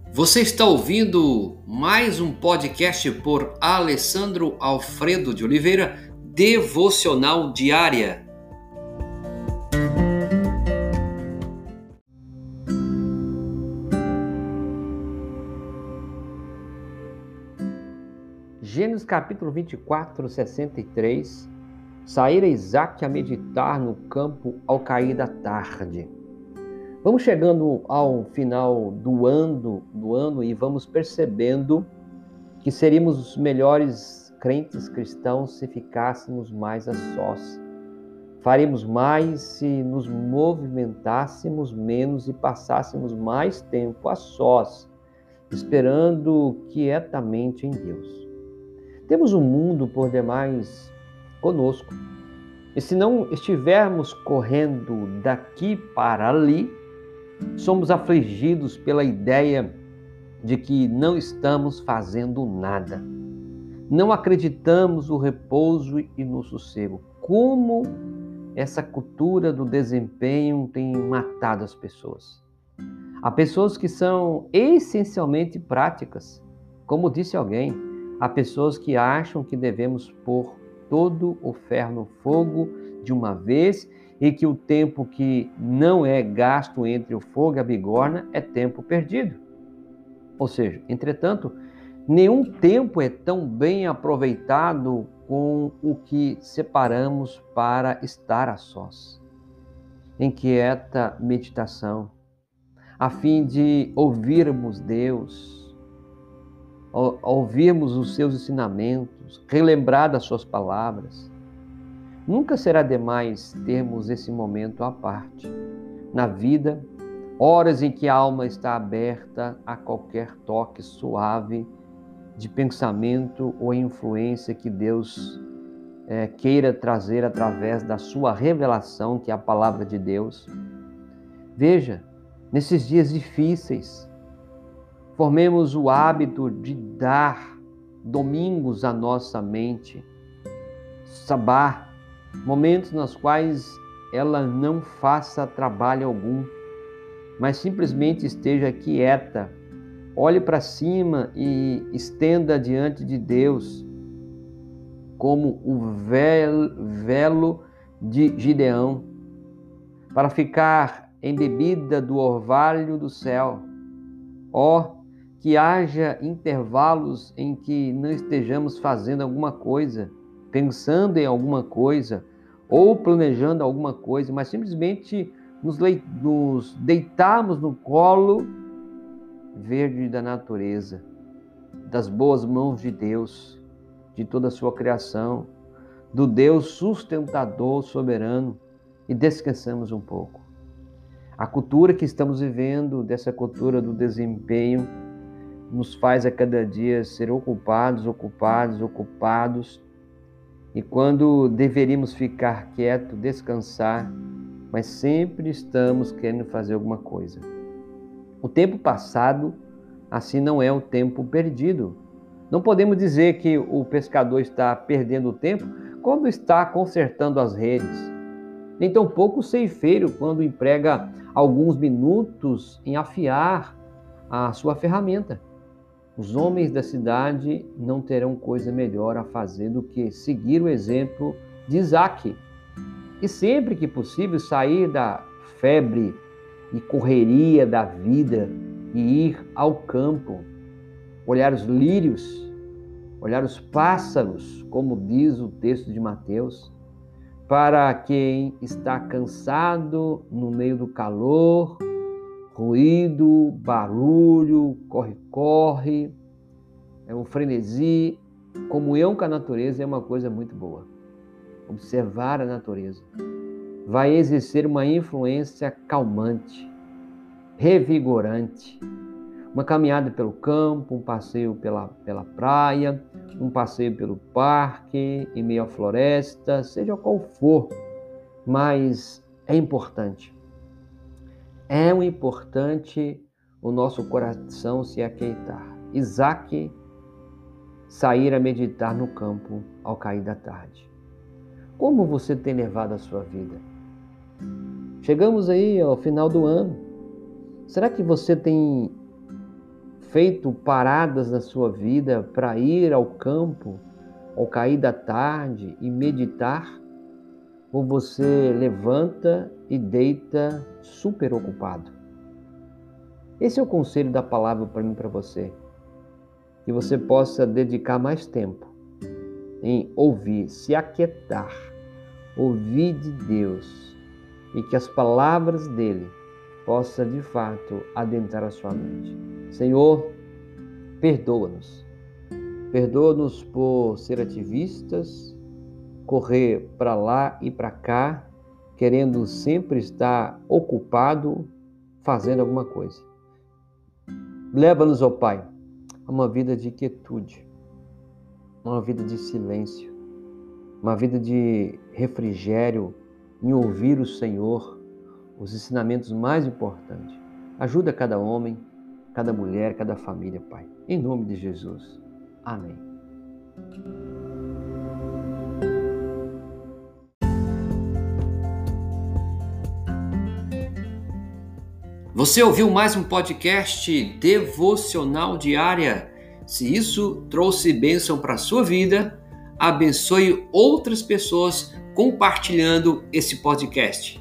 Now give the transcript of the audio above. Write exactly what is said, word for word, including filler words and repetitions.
Você está ouvindo mais um podcast por Alessandro Alfredo de Oliveira, Devocional Diária. Gênesis capítulo vinte e quatro, sessenta e três. Saíra Isaque a meditar no campo ao cair da tarde. Vamos chegando ao final do ano, do ano e vamos percebendo que seríamos os melhores crentes cristãos se ficássemos mais a sós. Faríamos mais se nos movimentássemos menos e passássemos mais tempo a sós, esperando quietamente em Deus. Temos o mundo por demais conosco, e se não estivermos correndo daqui para ali, somos afligidos pela ideia de que não estamos fazendo nada. Não acreditamos no repouso e no sossego. Como essa cultura do desempenho tem matado as pessoas. Há pessoas que são essencialmente práticas. Como disse alguém, há pessoas que acham que devemos pôr todo o ferro no fogo de uma vez e que o tempo que não é gasto entre o fogo e a bigorna é tempo perdido. Ou seja, entretanto, nenhum tempo é tão bem aproveitado com o que separamos para estar a sós. Em quieta meditação, a fim de ouvirmos Deus, ouvirmos os seus ensinamentos, relembrar das suas palavras. Nunca será demais termos esse momento à parte na vida, horas em que a alma está aberta a qualquer toque suave de pensamento ou influência que Deus é, queira trazer através da sua revelação, que é a palavra de Deus. Veja, nesses dias difíceis, formemos o hábito de dar domingos à nossa mente, sabá, momentos nos quais ela não faça trabalho algum, mas simplesmente esteja quieta, olhe para cima e estenda diante de Deus como o velo de Gideão, para ficar embebida do orvalho do céu. Ó, que haja intervalos em que não estejamos fazendo alguma coisa, pensando em alguma coisa ou planejando alguma coisa, mas simplesmente nos, le... nos deitarmos no colo verde da natureza, das boas mãos de Deus, de toda a sua criação, do Deus sustentador, soberano, e descansamos um pouco. A cultura que estamos vivendo, dessa cultura do desempenho, nos faz a cada dia ser ocupados, ocupados, ocupados, e quando deveríamos ficar quietos, descansar, mas sempre estamos querendo fazer alguma coisa. O tempo passado, assim, não é o tempo perdido. Não podemos dizer que o pescador está perdendo o tempo quando está consertando as redes. Nem tampouco o ceifeiro quando emprega alguns minutos em afiar a sua ferramenta. Os homens da cidade não terão coisa melhor a fazer do que seguir o exemplo de Isaque e sempre que possível sair da febre e correria da vida e ir ao campo, olhar os lírios, olhar os pássaros, como diz o texto de Mateus, para quem está cansado no meio do calor, ruído, barulho, corre-corre, é um frenesi. Comunhão com a natureza é uma coisa muito boa. Observar a natureza vai exercer uma influência calmante, revigorante. Uma caminhada pelo campo, um passeio pela, pela praia, um passeio pelo parque, em meio à floresta, seja qual for, mas é importante. É um importante o nosso coração se aquietar. Isaque sair a meditar no campo ao cair da tarde. Como você tem levado a sua vida? Chegamos aí ao final do ano. Será que você tem feito paradas na sua vida para ir ao campo ao cair da tarde e meditar? Ou você levanta e deita super ocupado? Esse é o conselho da palavra para mim e para você. Que você possa dedicar mais tempo em ouvir, se aquietar, ouvir de Deus, e que as palavras dele possam de fato adentrar a sua mente. Senhor, perdoa-nos. Perdoa-nos por ser ativistas, correr para lá e para cá, querendo sempre estar ocupado fazendo alguma coisa. Leva-nos, ó Pai, a uma vida de quietude, uma vida de silêncio, uma vida de refrigério em ouvir o Senhor, os ensinamentos mais importantes. Ajuda cada homem, cada mulher, cada família, Pai. Em nome de Jesus. Amém. Você ouviu mais um podcast devocional diária? Se isso trouxe bênção para a sua vida, abençoe outras pessoas compartilhando esse podcast.